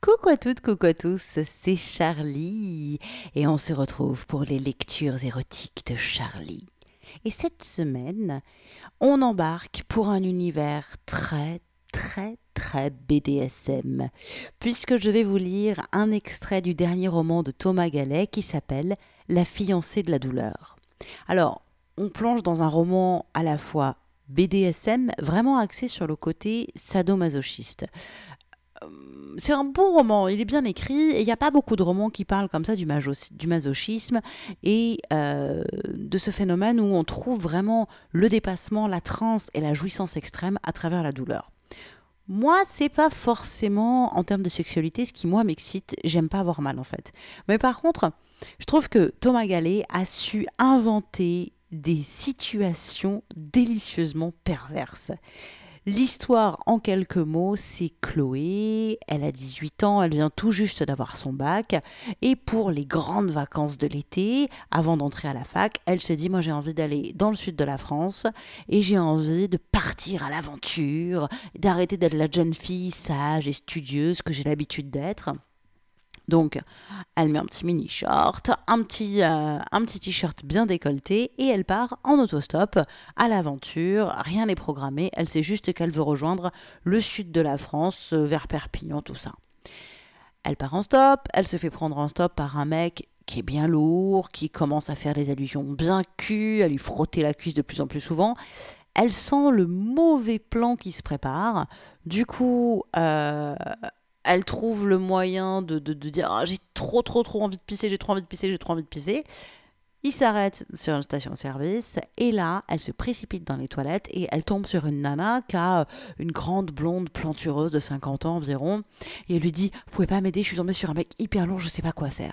Coucou à toutes, coucou à tous, c'est Charlie et on se retrouve pour les lectures érotiques de Charlie. Et cette semaine, on embarque pour un univers très BDSM, puisque je vais vous lire un extrait du dernier roman de Thomas Gallet qui s'appelle La fiancée de la douleur. Alors, on plonge dans un roman à la fois BDSM, vraiment axé sur le côté sadomasochiste. C'est un bon roman, il est bien écrit et il n'y a pas beaucoup de romans qui parlent comme ça du masochisme et de ce phénomène où on trouve vraiment le dépassement, la transe et la jouissance extrême à travers la douleur. Moi, c'est pas forcément en termes de sexualité ce qui moi m'excite, j'aime pas avoir mal en fait. Mais par contre, je trouve que Thomas Gallet a su inventer des situations délicieusement perverses. L'histoire, en quelques mots, c'est Chloé. Elle a 18 ans, elle vient tout juste d'avoir son bac. Et pour les grandes vacances de l'été, avant d'entrer à la fac, elle se dit, moi j'ai envie d'aller dans le sud de la France et j'ai envie de partir à l'aventure, d'arrêter d'être la jeune fille sage et studieuse que j'ai l'habitude d'être. Donc, elle met un petit mini-short, un petit t-shirt bien décolleté et elle part en autostop à l'aventure. Rien n'est programmé, elle sait juste qu'elle veut rejoindre le sud de la France, vers Perpignan, tout ça. Elle part en stop, elle se fait prendre en stop par un mec qui est bien lourd, qui commence à faire des allusions bien cul, à lui frotter la cuisse de plus en plus souvent. Elle sent le mauvais plan qui se prépare. Du coup, elle trouve le moyen de dire ah, j'ai trop envie de pisser, j'ai trop envie de pisser, j'ai trop envie de pisser. Il s'arrête sur une station-service et là, elle se précipite dans les toilettes et elle tombe sur une nana qui a une grande blonde plantureuse de 50 ans environ. Et elle lui dit « Vous pouvez pas m'aider, je suis tombée sur un mec hyper lourd, je sais pas quoi faire. »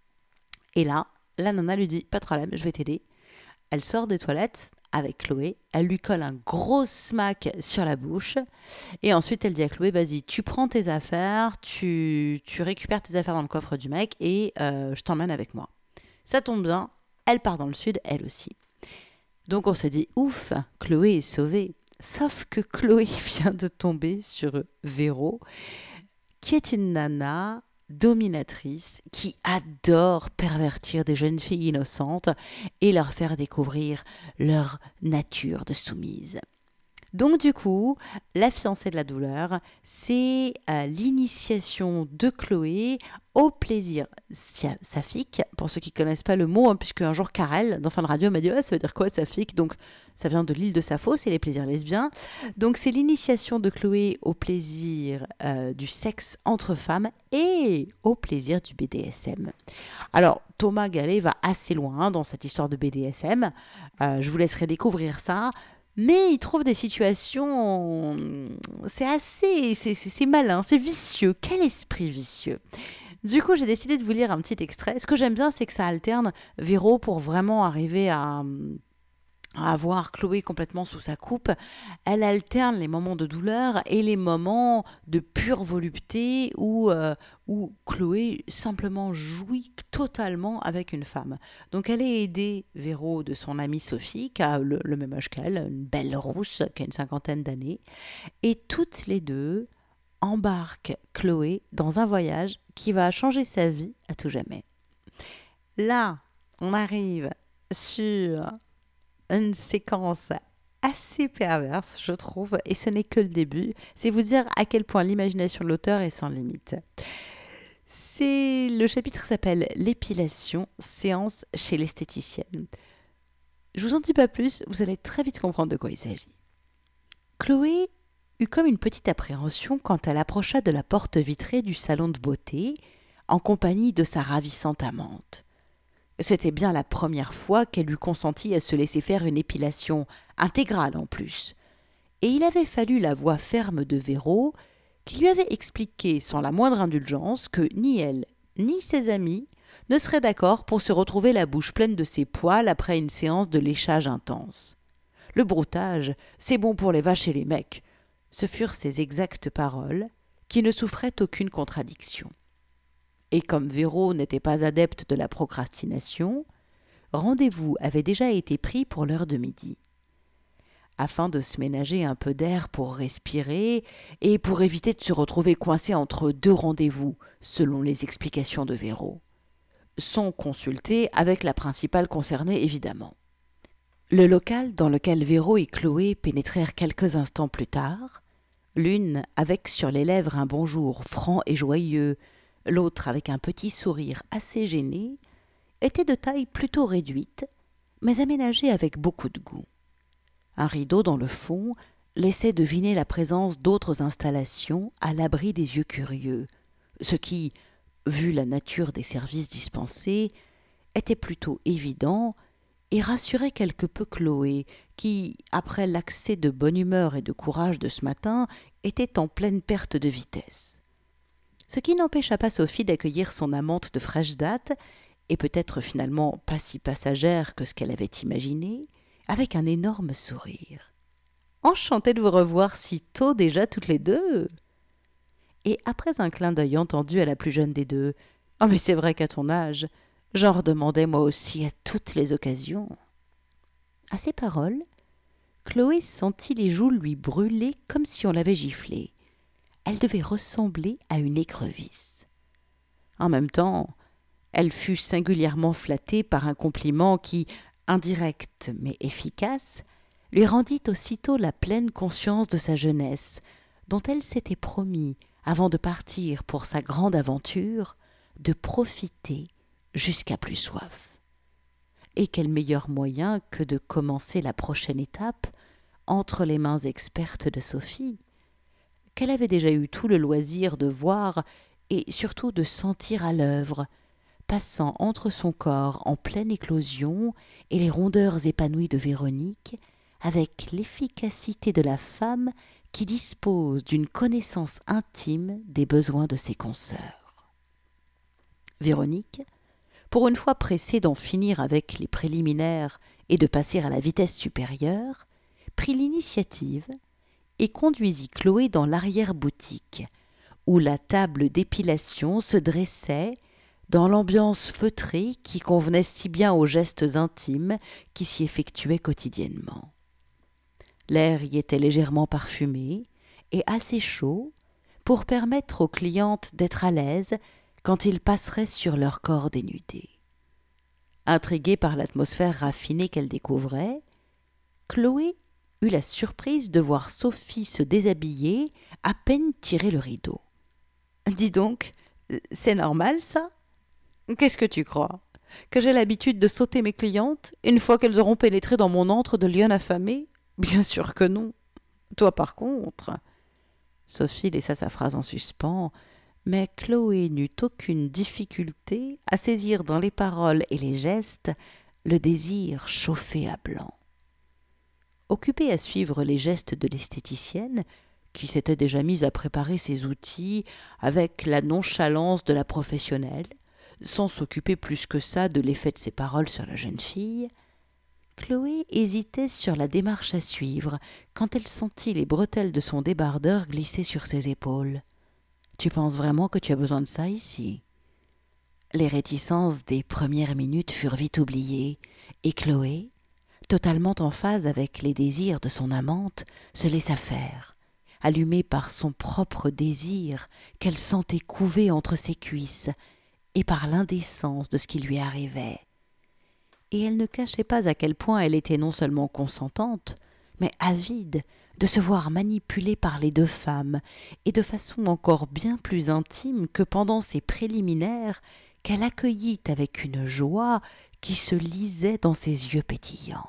Et là, la nana lui dit « Pas de problème, je vais t'aider. » Elle sort des toilettes avec Chloé, elle lui colle un gros smack sur la bouche et ensuite elle dit à Chloé vas-y tu prends tes affaires, tu récupères tes affaires dans le coffre du mec et je t'emmène avec moi. Ça tombe bien, elle part dans le sud elle aussi. Donc on se dit ouf, Chloé est sauvée. Sauf que Chloé vient de tomber sur Véro, qui est une nana dominatrice qui adore pervertir des jeunes filles innocentes et leur faire découvrir leur nature de soumise. Donc du coup, la fiancée de la douleur, c'est l'initiation de Chloé au plaisir saphique. Pour ceux qui ne connaissent pas le mot, hein, puisque un jour Karel, dans Fun Radio, m'a dit ça veut dire quoi saphique? Donc ça vient de l'île de Sappho, c'est les plaisirs lesbiens. Donc c'est l'initiation de Chloé au plaisir du sexe entre femmes et au plaisir du BDSM. Alors Thomas Gallet va assez loin dans cette histoire de BDSM. Je vous laisserai découvrir ça. Mais il trouve des situations, c'est malin, c'est vicieux. Quel esprit vicieux. Du coup, j'ai décidé de vous lire un petit extrait. Ce que j'aime bien, c'est que ça alterne Véro pour vraiment arriver à avoir Chloé complètement sous sa coupe. Elle alterne les moments de douleur et les moments de pure volupté où Chloé simplement jouit totalement avec une femme. Donc elle est aidée, Véro, de son amie Sophie, qui a le même âge qu'elle, une belle rousse, qui a une cinquantaine d'années. Et toutes les deux embarquent Chloé dans un voyage qui va changer sa vie à tout jamais. Là, on arrive sur une séquence assez perverse, je trouve, et ce n'est que le début. C'est vous dire à quel point l'imagination de l'auteur est sans limite. Le chapitre s'appelle L'épilation, séance chez l'esthéticienne. Je vous en dis pas plus, vous allez très vite comprendre de quoi il s'agit. Chloé eut comme une petite appréhension quand elle approcha de la porte vitrée du salon de beauté, en compagnie de sa ravissante amante. C'était bien la première fois qu'elle eût consenti à se laisser faire une épilation intégrale en plus. Et il avait fallu la voix ferme de Véro, qui lui avait expliqué sans la moindre indulgence que ni elle, ni ses amis ne seraient d'accord pour se retrouver la bouche pleine de ses poils après une séance de léchage intense. Le broutage, c'est bon pour les vaches et les mecs. Ce furent ses exactes paroles, qui ne souffraient aucune contradiction. Et comme Véro n'était pas adepte de la procrastination, rendez-vous avait déjà été pris pour l'heure de midi. afin de se ménager un peu d'air pour respirer et pour éviter de se retrouver coincé entre deux rendez-vous, selon les explications de Véro, sans consulter avec la principale concernée évidemment. Le local dans lequel Véro et Chloé pénétrèrent quelques instants plus tard, l'une avec sur les lèvres un bonjour franc et joyeux, l'autre avec un petit sourire assez gêné, était de taille plutôt réduite, mais aménagée avec beaucoup de goût. Un rideau dans le fond laissait deviner la présence d'autres installations à l'abri des yeux curieux, ce qui, vu la nature des services dispensés, était plutôt évident et rassurait quelque peu Chloé, qui, après l'accès de bonne humeur et de courage de ce matin, était en pleine perte de vitesse. Ce qui n'empêcha pas Sophie d'accueillir son amante de fraîche date, et peut-être finalement pas si passagère que ce qu'elle avait imaginé, avec un énorme sourire. « Enchantée de vous revoir si tôt déjà toutes les deux !» Et après un clin d'œil entendu à la plus jeune des deux, « Oh mais c'est vrai qu'à ton âge, j'en redemandais moi aussi à toutes les occasions. » À ces paroles, Chloé sentit les joues lui brûler comme si on l'avait giflée. Elle devait ressembler à une écrevisse. En même temps, elle fut singulièrement flattée par un compliment qui, indirect mais efficace, lui rendit aussitôt la pleine conscience de sa jeunesse, dont elle s'était promis, avant de partir pour sa grande aventure, de profiter jusqu'à plus soif. Et quel meilleur moyen que de commencer la prochaine étape entre les mains expertes de Sophie, qu'elle avait déjà eu tout le loisir de voir et surtout de sentir à l'œuvre, passant entre son corps en pleine éclosion et les rondeurs épanouies de Véronique, avec l'efficacité de la femme qui dispose d'une connaissance intime des besoins de ses consoeurs. Véronique, pour une fois pressée d'en finir avec les préliminaires et de passer à la vitesse supérieure, prit l'initiative et conduisit Chloé dans l'arrière-boutique, où la table d'épilation se dressait dans l'ambiance feutrée qui convenait si bien aux gestes intimes qui s'y effectuaient quotidiennement. L'air y était légèrement parfumé et assez chaud pour permettre aux clientes d'être à l'aise quand ils passeraient sur leur corps dénudé. Intriguée par l'atmosphère raffinée qu'elle découvrait, Chloé eut la surprise de voir Sophie se déshabiller à peine tirer le rideau. « Dis donc, c'est normal ça ? Qu'est-ce que tu crois ? Que j'ai l'habitude de sauter mes clientes une fois qu'elles auront pénétré dans mon antre de lionne affamée ? Bien sûr que non. Toi par contre. » Sophie laissa sa phrase en suspens, mais Chloé n'eut aucune difficulté à saisir dans les paroles et les gestes le désir chauffé à blanc. Occupée à suivre les gestes de l'esthéticienne, qui s'était déjà mise à préparer ses outils avec la nonchalance de la professionnelle, sans s'occuper plus que ça de l'effet de ses paroles sur la jeune fille, Chloé hésitait sur la démarche à suivre quand elle sentit les bretelles de son débardeur glisser sur ses épaules. « Tu penses vraiment que tu as besoin de ça ici ?» Les réticences des premières minutes furent vite oubliées, et Chloé, totalement en phase avec les désirs de son amante, se laissa faire, allumée par son propre désir qu'elle sentait couver entre ses cuisses et par l'indécence de ce qui lui arrivait. Et elle ne cachait pas à quel point elle était non seulement consentante, mais avide de se voir manipulée par les deux femmes, et de façon encore bien plus intime que pendant ces préliminaires qu'elle accueillit avec une joie qui se lisait dans ses yeux pétillants.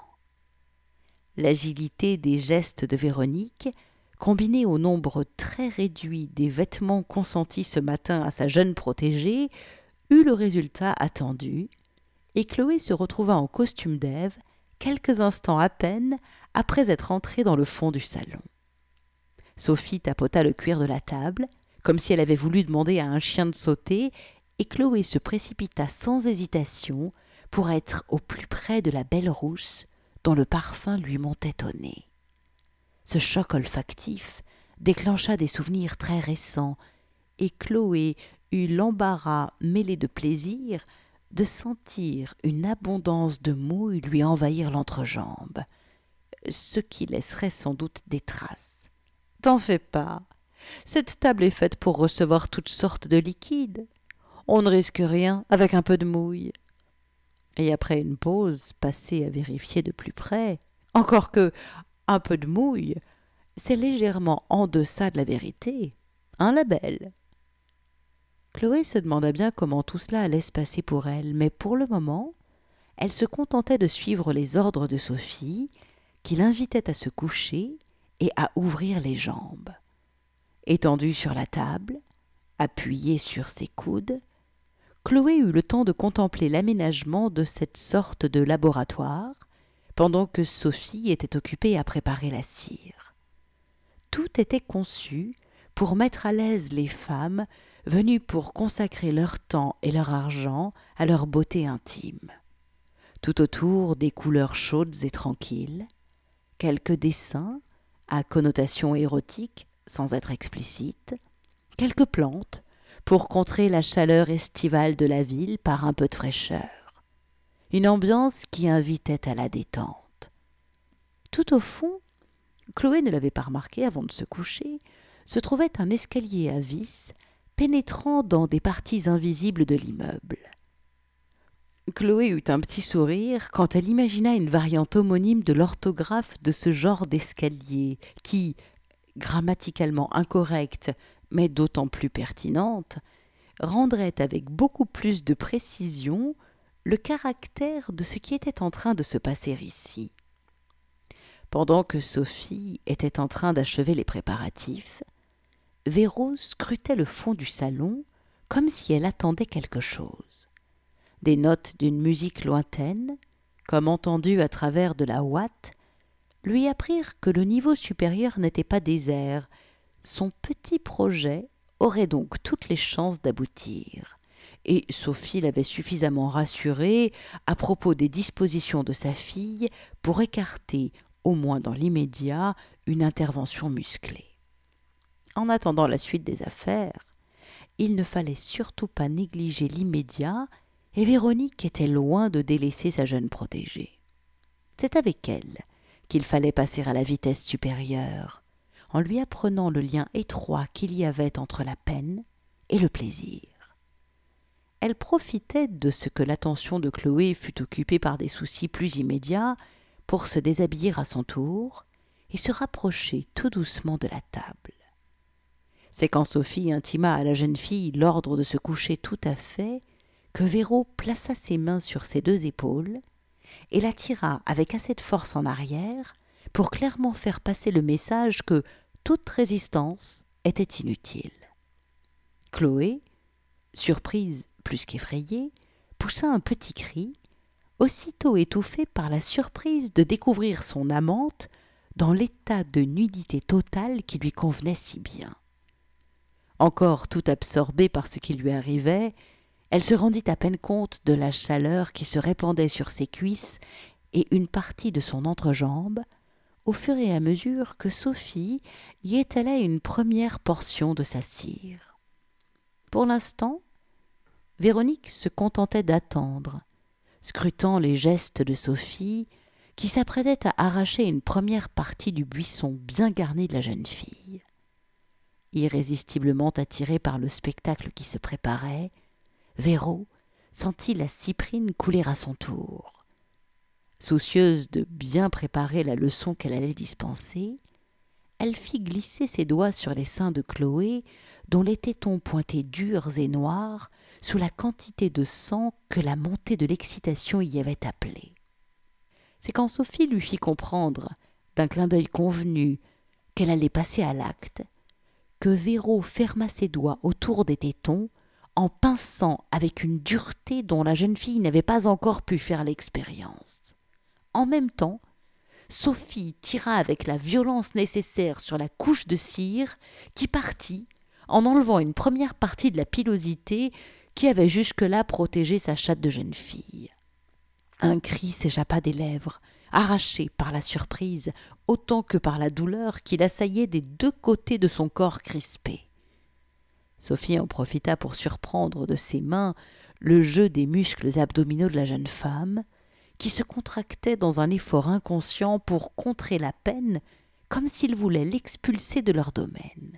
L'agilité des gestes de Véronique, combinée au nombre très réduit des vêtements consentis ce matin à sa jeune protégée, eut le résultat attendu, et Chloé se retrouva en costume d'Ève quelques instants à peine après être entrée dans le fond du salon. Sophie tapota le cuir de la table, comme si elle avait voulu demander à un chien de sauter, et Chloé se précipita sans hésitation pour être au plus près de la belle rousse dont le parfum lui montait au nez. Ce choc olfactif déclencha des souvenirs très récents, et Chloé eut l'embarras mêlé de plaisir de sentir une abondance de mouille lui envahir l'entrejambe. ce qui laisserait sans doute des traces. « T'en fais pas, cette table est faite pour recevoir toutes sortes de liquides. On ne risque rien avec un peu de mouille. » Et après une pause passée à vérifier de plus près, encore que un peu de mouille, c'est légèrement en deçà de la vérité, un label. Chloé se demanda bien comment tout cela allait se passer pour elle, mais pour le moment, elle se contentait de suivre les ordres de Sophie, qui l'invitait à se coucher et à ouvrir les jambes. Étendue sur la table, appuyée sur ses coudes, Chloé eut le temps de contempler l'aménagement de cette sorte de laboratoire, pendant que Sophie était occupée à préparer la cire. Tout était conçu pour mettre à l'aise les femmes venues pour consacrer leur temps et leur argent à leur beauté intime. Tout autour des couleurs chaudes et tranquilles, quelques dessins à connotation érotique sans être explicites, quelques plantes pour contrer la chaleur estivale de la ville par un peu de fraîcheur. Une ambiance qui invitait à la détente. Tout au fond, Chloé ne l'avait pas remarqué avant de se coucher, se trouvait un escalier à vis pénétrant dans des parties invisibles de l'immeuble. Chloé eut un petit sourire quand elle imagina une variante homonyme de l'orthographe de ce genre d'escalier qui, grammaticalement incorrecte, mais d'autant plus pertinente, rendrait avec beaucoup plus de précision le caractère de ce qui était en train de se passer ici. Pendant que Sophie était en train d'achever les préparatifs, Véro scrutait le fond du salon comme si elle attendait quelque chose. Des notes d'une musique lointaine, comme entendues à travers de la ouate, lui apprirent que le niveau supérieur n'était pas désert. Son petit projet aurait donc toutes les chances d'aboutir. Et Sophie l'avait suffisamment rassurée à propos des dispositions de sa fille pour écarter, au moins dans l'immédiat, une intervention musclée. En attendant la suite des affaires, il ne fallait surtout pas négliger l'immédiat, et Véronique était loin de délaisser sa jeune protégée. C'est avec elle qu'il fallait passer à la vitesse supérieure, en lui apprenant le lien étroit qu'il y avait entre la peine et le plaisir. Elle profitait de ce que l'attention de Chloé fût occupée par des soucis plus immédiats pour se déshabiller à son tour et se rapprocher tout doucement de la table. C'est quand Sophie intima à la jeune fille l'ordre de se coucher tout à fait que Véro plaça ses mains sur ses deux épaules et la tira avec assez de force en arrière pour clairement faire passer le message que toute résistance était inutile. Chloé, surprise plus qu'effrayée, poussa un petit cri, aussitôt étouffé par la surprise de découvrir son amante dans l'état de nudité totale qui lui convenait si bien. Encore tout absorbée par ce qui lui arrivait, elle se rendit à peine compte de la chaleur qui se répandait sur ses cuisses et une partie de son entrejambe, au fur et à mesure que Sophie y étalait une première portion de sa cire. Pour l'instant, Véronique se contentait d'attendre, scrutant les gestes de Sophie, qui s'apprêtait à arracher une première partie du buisson bien garni de la jeune fille. Irrésistiblement attirée par le spectacle qui se préparait, Véro sentit la cyprine couler à son tour. Soucieuse de bien préparer la leçon qu'elle allait dispenser, elle fit glisser ses doigts sur les seins de Chloé, dont les tétons pointaient durs et noirs sous la quantité de sang que la montée de l'excitation y avait appelée. C'est quand Sophie lui fit comprendre, d'un clin d'œil convenu, qu'elle allait passer à l'acte, que Véro ferma ses doigts autour des tétons en pinçant avec une dureté dont la jeune fille n'avait pas encore pu faire l'expérience. En même temps, Sophie tira avec la violence nécessaire sur la couche de cire qui partit en enlevant une première partie de la pilosité qui avait jusque-là protégé sa chatte de jeune fille. Un cri s'échappa des lèvres, arraché par la surprise autant que par la douleur qui l'assaillait des deux côtés de son corps crispé. Sophie en profita pour surprendre de ses mains le jeu des muscles abdominaux de la jeune femme, qui se contractaient dans un effort inconscient pour contrer la peine, comme s'ils voulaient l'expulser de leur domaine.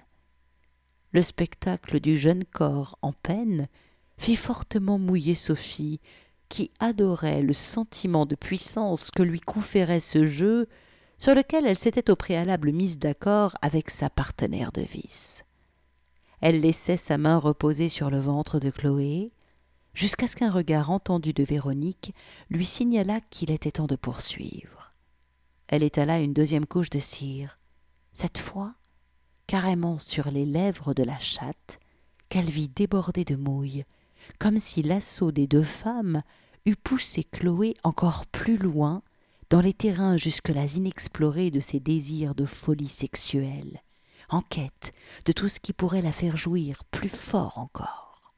Le spectacle du jeune corps en peine fit fortement mouiller Sophie, qui adorait le sentiment de puissance que lui conférait ce jeu, sur lequel elle s'était au préalable mise d'accord avec sa partenaire de vice. Elle laissait sa main reposer sur le ventre de Chloé, jusqu'à ce qu'un regard entendu de Véronique lui signala qu'il était temps de poursuivre. Elle étala une deuxième couche de cire, cette fois carrément sur les lèvres de la chatte, qu'elle vit déborder de mouille, comme si l'assaut des deux femmes eût poussé Chloé encore plus loin dans les terrains jusque-là inexplorés de ses désirs de folie sexuelle, en quête de tout ce qui pourrait la faire jouir plus fort encore.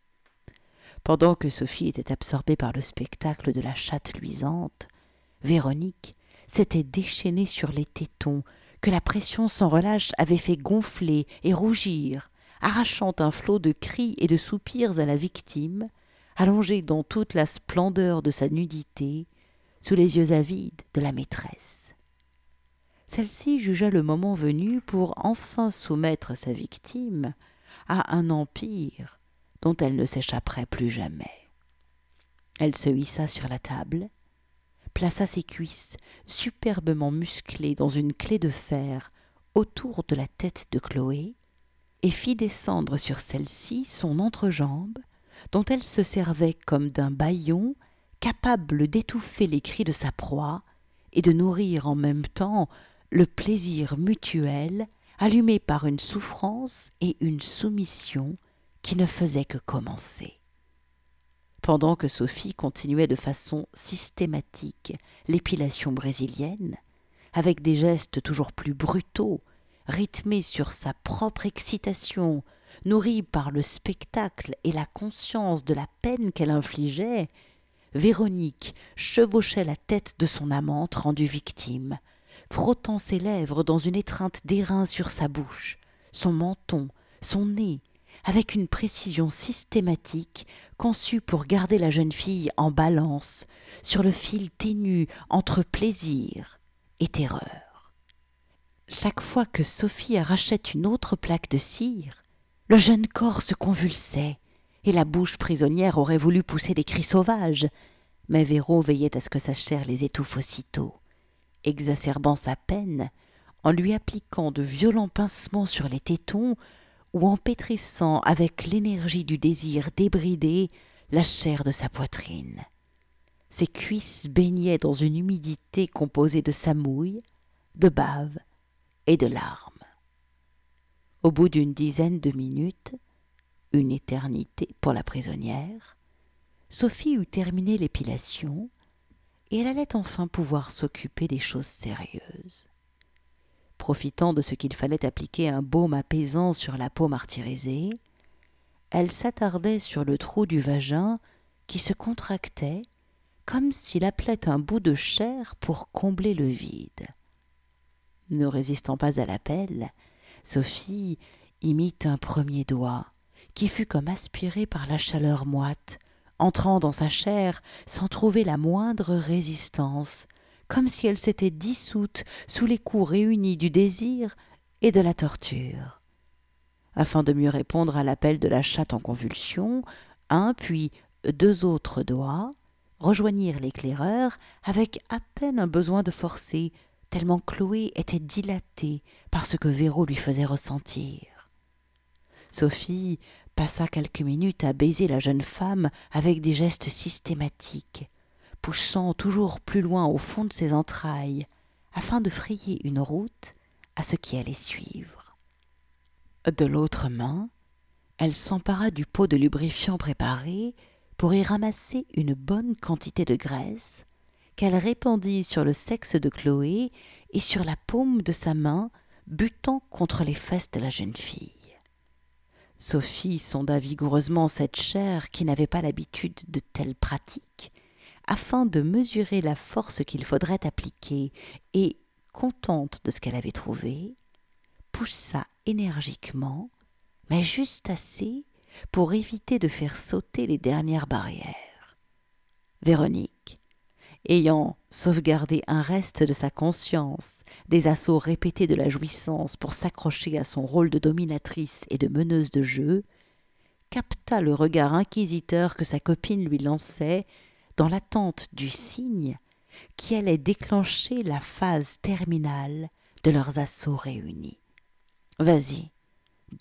Pendant que Sophie était absorbée par le spectacle de la chatte luisante, Véronique s'était déchaînée sur les tétons que la pression sans relâche avait fait gonfler et rougir, arrachant un flot de cris et de soupirs à la victime, allongée dans toute la splendeur de sa nudité, sous les yeux avides de la maîtresse. Celle-ci jugea le moment venu pour enfin soumettre sa victime à un empire dont elle ne s'échapperait plus jamais. Elle se hissa sur la table, plaça ses cuisses superbement musclées dans une clé de fer autour de la tête de Chloé et fit descendre sur celle-ci son entrejambe, dont elle se servait comme d'un bâillon capable d'étouffer les cris de sa proie et de nourrir en même temps le plaisir mutuel allumé par une souffrance et une soumission qui ne faisaient que commencer. Pendant que Sophie continuait de façon systématique l'épilation brésilienne, avec des gestes toujours plus brutaux, rythmés sur sa propre excitation, nourris par le spectacle et la conscience de la peine qu'elle infligeait, Véronique chevauchait la tête de son amante rendue victime, frottant ses lèvres dans une étreinte d'airain sur sa bouche, son menton, son nez, avec une précision systématique conçue pour garder la jeune fille en balance sur le fil ténu entre plaisir et terreur. Chaque fois que Sophie arrachait une autre plaque de cire, le jeune corps se convulsait et la bouche prisonnière aurait voulu pousser des cris sauvages, mais Véro veillait à ce que sa chair les étouffe aussitôt, exacerbant sa peine en lui appliquant de violents pincements sur les tétons ou en pétrissant avec l'énergie du désir débridé la chair de sa poitrine. Ses cuisses baignaient dans une humidité composée de samouille, de bave et de larmes. Au bout d'une dizaine de minutes, une éternité pour la prisonnière, Sophie eut terminé l'épilation et elle allait enfin pouvoir s'occuper des choses sérieuses. Profitant de ce qu'il fallait appliquer un baume apaisant sur la peau martyrisée, elle s'attardait sur le trou du vagin qui se contractait comme s'il appelait un bout de chair pour combler le vide. Ne résistant pas à l'appel, Sophie y mit un premier doigt qui fut comme aspiré par la chaleur moite, entrant dans sa chair sans trouver la moindre résistance, comme si elle s'était dissoute sous les coups réunis du désir et de la torture. Afin de mieux répondre à l'appel de la chatte en convulsion, un puis deux autres doigts rejoignirent l'éclaireur avec à peine un besoin de forcer, tellement Chloé était dilatée par ce que Véro lui faisait ressentir. Sophie passa quelques minutes à baiser la jeune femme avec des gestes systématiques, poussant toujours plus loin au fond de ses entrailles, afin de frayer une route à ce qui allait suivre. De l'autre main, elle s'empara du pot de lubrifiant préparé pour y ramasser une bonne quantité de graisse qu'elle répandit sur le sexe de Chloé et sur la paume de sa main, butant contre les fesses de la jeune fille. Sophie sonda vigoureusement cette chair qui n'avait pas l'habitude de telles pratiques, afin de mesurer la force qu'il faudrait appliquer, et, contente de ce qu'elle avait trouvé, poussa énergiquement, mais juste assez pour éviter de faire sauter les dernières barrières. Véronique, ayant sauvegardé un reste de sa conscience, des assauts répétés de la jouissance pour s'accrocher à son rôle de dominatrice et de meneuse de jeu, capta le regard inquisiteur que sa copine lui lançait dans l'attente du signe qui allait déclencher la phase terminale de leurs assauts réunis. « Vas-y, défonce-la !»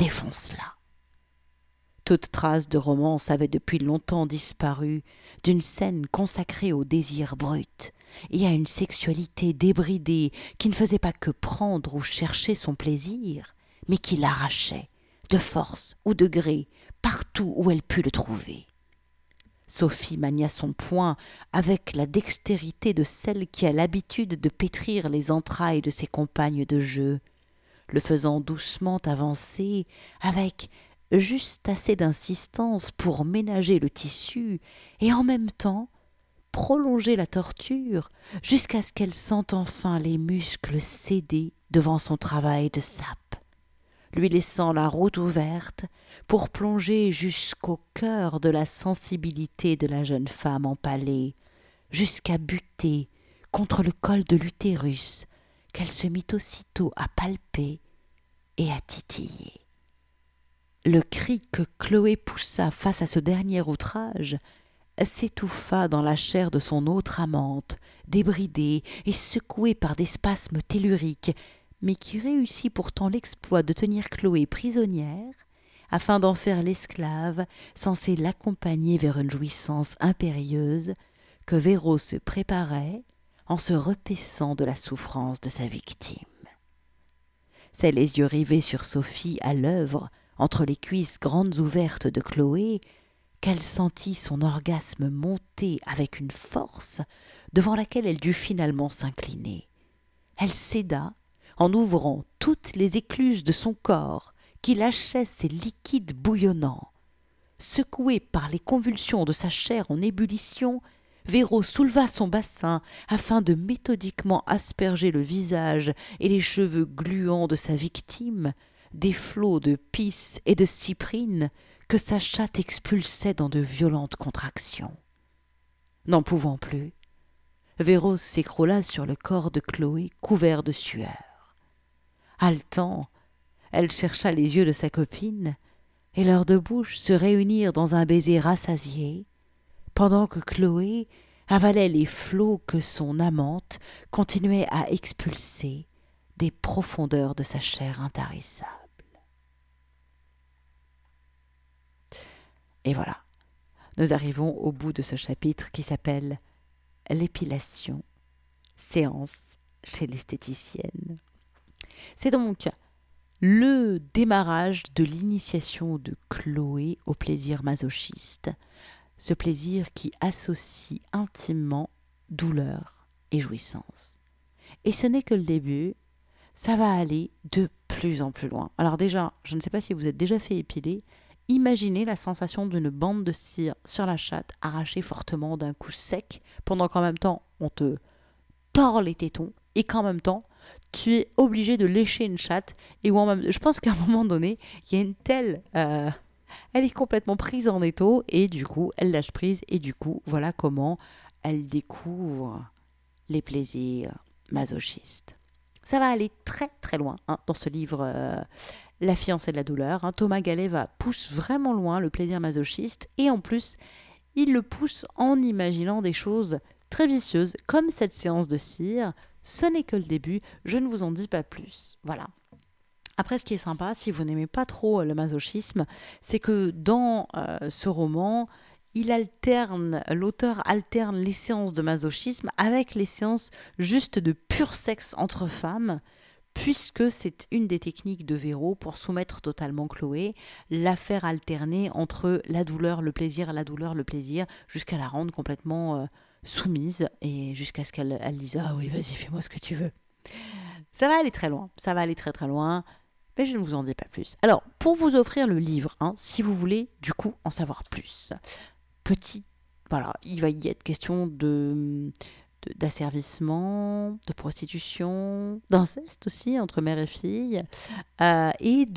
Toute trace de romance avait depuis longtemps disparu d'une scène consacrée au désir brut et à une sexualité débridée qui ne faisait pas que prendre ou chercher son plaisir, mais qui l'arrachait, de force ou de gré, partout où elle put le trouver. Sophie mania son poing avec la dextérité de celle qui a l'habitude de pétrir les entrailles de ses compagnes de jeu, le faisant doucement avancer avec juste assez d'insistance pour ménager le tissu et en même temps prolonger la torture jusqu'à ce qu'elle sente enfin les muscles céder devant son travail de sape, lui laissant la route ouverte pour plonger jusqu'au cœur de la sensibilité de la jeune femme empalée, jusqu'à buter contre le col de l'utérus qu'elle se mit aussitôt à palper et à titiller. Le cri que Chloé poussa face à ce dernier outrage s'étouffa dans la chair de son autre amante, débridée et secouée par des spasmes telluriques, mais qui réussit pourtant l'exploit de tenir Chloé prisonnière, afin d'en faire l'esclave censée l'accompagner vers une jouissance impérieuse que Véro se préparait en se repaissant de la souffrance de sa victime. C'est les yeux rivés sur Sophie à l'œuvre, entre les cuisses grandes ouvertes de Chloé, qu'elle sentit son orgasme monter avec une force devant laquelle elle dut finalement s'incliner. Elle céda en ouvrant toutes les écluses de son corps qui lâchaient ses liquides bouillonnants. Secouée par les convulsions de sa chair en ébullition, Véro souleva son bassin afin de méthodiquement asperger le visage et les cheveux gluants de sa victime des flots de pisse et de cyprine que sa chatte expulsait dans de violentes contractions. N'en pouvant plus, Véro s'écroula sur le corps de Chloé couvert de sueur. Haletant, elle chercha les yeux de sa copine, et leurs deux bouches se réunirent dans un baiser rassasié, pendant que Chloé avalait les flots que son amante continuait à expulser des profondeurs de sa chair intarissable. Et voilà, nous arrivons au bout de ce chapitre qui s'appelle « L'épilation, séance chez l'esthéticienne ». C'est donc le démarrage de l'initiation de Chloé au plaisir masochiste, ce plaisir qui associe intimement douleur et jouissance. Et ce n'est que le début, ça va aller de plus en plus loin. Alors déjà, je ne sais pas si vous êtes déjà fait épiler, imaginez la sensation d'une bande de cire sur la chatte arrachée fortement d'un coup sec, pendant qu'en même temps on te tord les tétons et qu'en même temps tu es obligé de lécher une chatte et où en même, je pense qu'à un moment donné il y a une telle elle est complètement prise en étau et du coup elle lâche prise et du coup voilà comment elle découvre les plaisirs masochistes. Ça va aller très très loin dans ce livre La fiancée de la douleur. Thomas Gallet pousse vraiment loin le plaisir masochiste et en plus il le pousse en imaginant des choses très vicieuses comme cette séance de cire. Ce n'est que le début, je ne vous en dis pas plus. Voilà. Après, ce qui est sympa, si vous n'aimez pas trop le masochisme, c'est que dans ce roman, l'auteur alterne les séances de masochisme avec les séances juste de pur sexe entre femmes, puisque c'est une des techniques de Véro pour soumettre totalement Chloé, la faire alterner entre la douleur, le plaisir, jusqu'à la rendre complètement soumise et jusqu'à ce qu'elle dise « Ah oui, vas-y, fais-moi ce que tu veux ». Ça va aller très loin, très loin. Mais je ne vous en dis pas plus. Alors, pour vous offrir le livre, si vous voulez du coup en savoir plus, voilà, il va y être question d'asservissement, de prostitution, d'inceste aussi entre mère et fille, et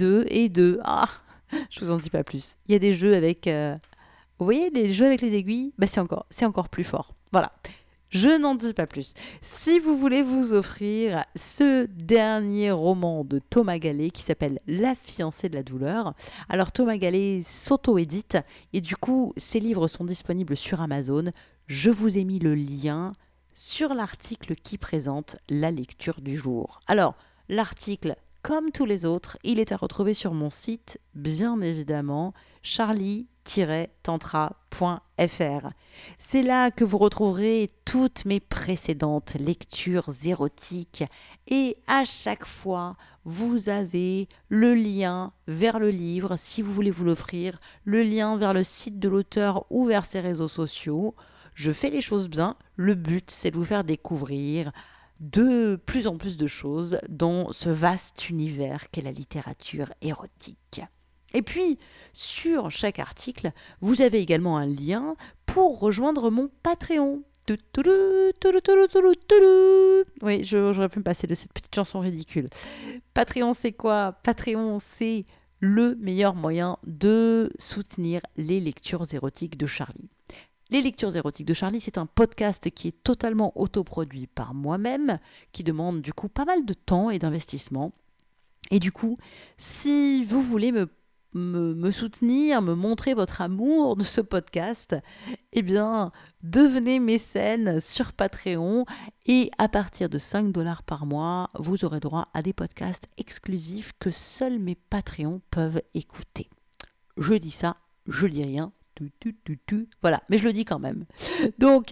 je vous en dis pas plus. Il y a des jeux avec, vous voyez les jeux avec les aiguilles, c'est encore plus fort. Voilà. Je n'en dis pas plus. Si vous voulez vous offrir ce dernier roman de Thomas Gallet qui s'appelle La fiancée de la douleur, alors Thomas Gallet s'auto-édite et du coup, ses livres sont disponibles sur Amazon. Je vous ai mis le lien sur l'article qui présente la lecture du jour. Alors, l'article, comme tous les autres, il est à retrouver sur mon site, bien évidemment, charlie-tantra.fr. C'est là que vous retrouverez toutes mes précédentes lectures érotiques et à chaque fois, vous avez le lien vers le livre si vous voulez vous l'offrir, le lien vers le site de l'auteur ou vers ses réseaux sociaux. Je fais les choses bien, le but c'est de vous faire découvrir de plus en plus de choses dans ce vaste univers qu'est la littérature érotique. Et puis, sur chaque article, vous avez également un lien pour rejoindre mon Patreon. Oui, j'aurais pu me passer de cette petite chanson ridicule. Patreon, c'est quoi? Patreon, c'est le meilleur moyen de soutenir les lectures érotiques de Charlie. Les lectures érotiques de Charlie, c'est un podcast qui est totalement autoproduit par moi-même, qui demande du coup pas mal de temps et d'investissement. Et du coup, si vous voulez me soutenir, me montrer votre amour de ce podcast, eh bien, devenez mécène sur Patreon et à partir de 5$ par mois, vous aurez droit à des podcasts exclusifs que seuls mes Patreons peuvent écouter. Je dis ça, je dis rien. Voilà, mais je le dis quand même. Donc,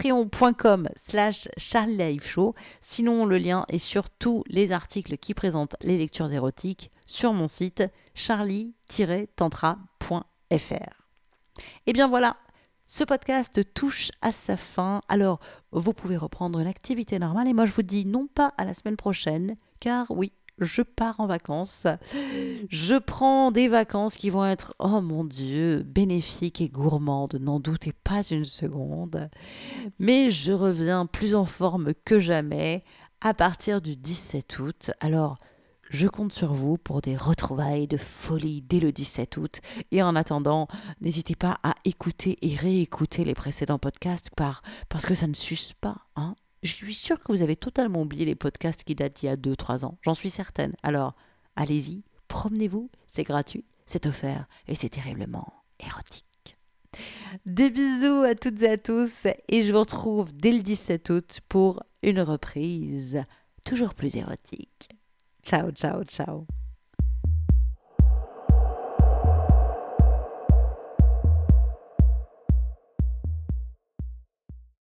patreon.com/charlielifeshow. Sinon, le lien est sur tous les articles qui présentent les lectures érotiques sur mon site charlie-tantra.fr. Et bien voilà, ce podcast touche à sa fin. Alors, vous pouvez reprendre une activité normale et moi je vous dis non pas à la semaine prochaine, car oui, je pars en vacances. Je prends des vacances qui vont être, oh mon Dieu, bénéfiques et gourmandes, n'en doutez pas une seconde. Mais je reviens plus en forme que jamais à partir du 17 août. Alors, je compte sur vous pour des retrouvailles de folie dès le 17 août. Et en attendant, n'hésitez pas à écouter et réécouter les précédents podcasts parce que ça ne s'use pas, hein. Je suis sûre que vous avez totalement oublié les podcasts qui datent d'il y a 2-3 ans. J'en suis certaine. Alors, allez-y, promenez-vous, c'est gratuit, c'est offert et c'est terriblement érotique. Des bisous à toutes et à tous et je vous retrouve dès le 17 août pour une reprise toujours plus érotique. Ciao, ciao, ciao.